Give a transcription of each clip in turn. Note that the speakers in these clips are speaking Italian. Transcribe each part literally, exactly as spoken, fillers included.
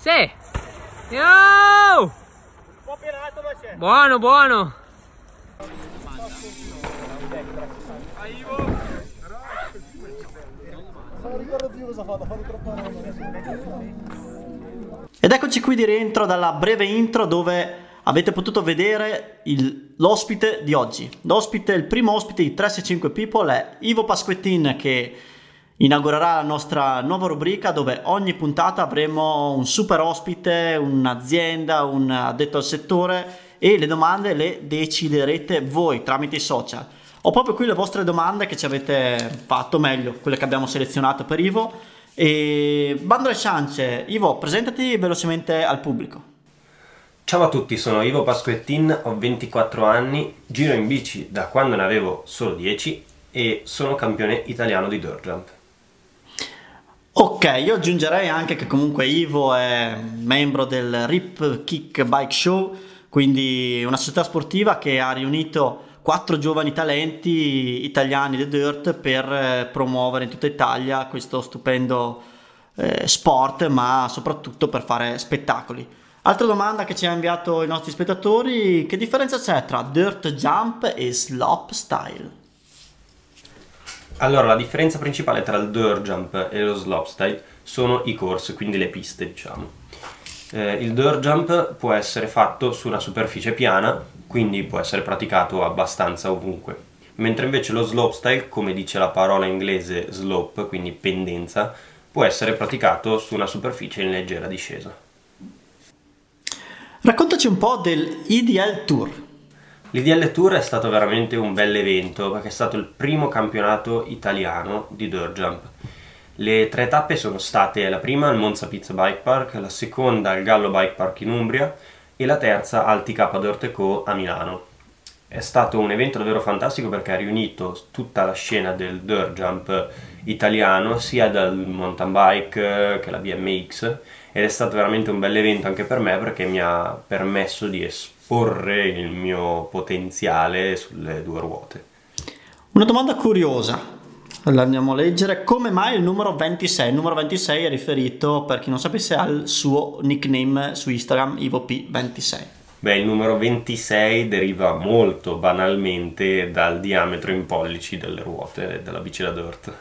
Sì. Yo! Un po' più in alto, ma c'è. Buono, buono. Non ricordo più cosa ha fatto, ha fatto troppo. Ed eccoci qui di rientro dalla breve intro dove avete potuto vedere l'ospite di oggi. L'ospite, il primo ospite di tre sei cinque People è Ivo Pasquettin, che inaugurerà la nostra nuova rubrica dove ogni puntata avremo un super ospite, un'azienda, un addetto al settore, e le domande le deciderete voi tramite i social. Ho proprio qui le vostre domande che ci avete fatto, meglio, quelle che abbiamo selezionato per Ivo. E bando alle ciance, Ivo, presentati velocemente al pubblico. Ciao a tutti, sono Ivo Pasquettin, ho ventiquattro anni, giro in bici da quando ne avevo solo dieci e sono campione italiano di dirt jump. Ok, io aggiungerei anche che comunque Ivo è membro del Rip Kick Bike Show, quindi una società sportiva che ha riunito quattro giovani talenti italiani di dirt per promuovere in tutta Italia questo stupendo eh, sport, ma soprattutto per fare spettacoli. Altra domanda che ci ha inviato i nostri spettatori: che differenza c'è tra dirt jump e slopestyle? Allora, la differenza principale tra il dirt jump e lo slopestyle sono i course, quindi le piste, diciamo. Eh, il dirt jump può essere fatto su una superficie piana, quindi può essere praticato abbastanza ovunque, mentre invece lo slopestyle, come dice la parola inglese slope, quindi pendenza, può essere praticato su una superficie in leggera discesa. Raccontaci un po' del I D L Tour. L'I D L Tour è stato veramente un bel evento perché è stato il primo campionato italiano di dirt jump. Le tre tappe sono state la prima al Monza Pizza Bike Park, la seconda al Gallo Bike Park in Umbria e la terza al T K Dirt Co a Milano. È stato un evento davvero fantastico perché ha riunito tutta la scena del dirt jump italiano, sia dal mountain bike che la B M X, ed è stato veramente un bel evento anche per me perché mi ha permesso di esporre il mio potenziale sulle due ruote. Una domanda curiosa, la andiamo a leggere: come mai il numero ventisei? Il numero ventisei è riferito, per chi non sapesse, al suo nickname su Instagram, Ivo P ventisei. Beh, il numero ventisei deriva molto banalmente dal diametro in pollici delle ruote della bici da dirt.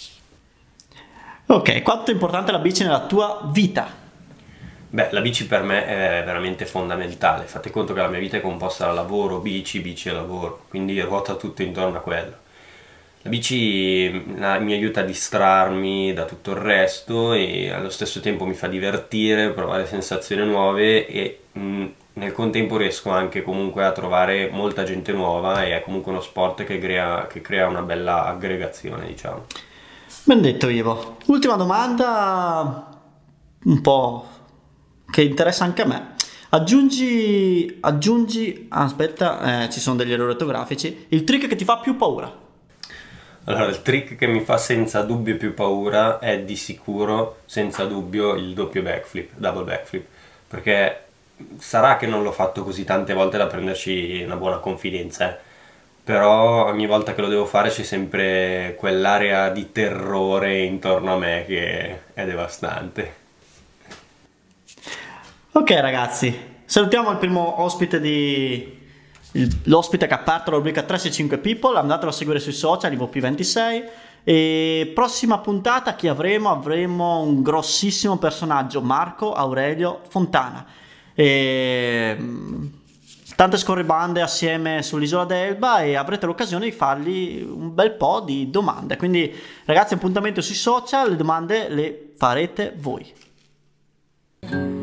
Ok, quanto è importante la bici nella tua vita? Beh, la bici per me è veramente fondamentale. Fate conto che la mia vita è composta da lavoro, bici, bici e lavoro, quindi ruota tutto intorno a quello. La bici mi aiuta a distrarmi da tutto il resto e allo stesso tempo mi fa divertire, provare sensazioni nuove e mh, nel contempo riesco anche comunque a trovare molta gente nuova, e è comunque uno sport che crea, che crea una bella aggregazione, diciamo. Ben detto, Ivo. Ultima domanda, un po' che interessa anche a me. Aggiungi, aggiungi, aspetta, eh, ci sono degli errori ortografici. Il trick che ti fa più paura? Allora, il trick che mi fa senza dubbio più paura è di sicuro, senza dubbio, il doppio backflip, double backflip, perché sarà che non l'ho fatto così tante volte da prenderci una buona confidenza, eh. Però ogni volta che lo devo fare c'è sempre quell'area di terrore intorno a me che è devastante. Ok ragazzi, salutiamo il primo ospite di... l'ospite che ha aperto la rubrica tre sei cinque People. Andatelo a seguire sui social, Ivo P ventisei. E prossima puntata chi avremo? Avremo un grossissimo personaggio, Marco Aurelio Fontana. E... tante scorribande assieme sull'isola d'Elba e avrete l'occasione di fargli un bel po' di domande. Quindi ragazzi, appuntamento sui social, le domande le farete voi.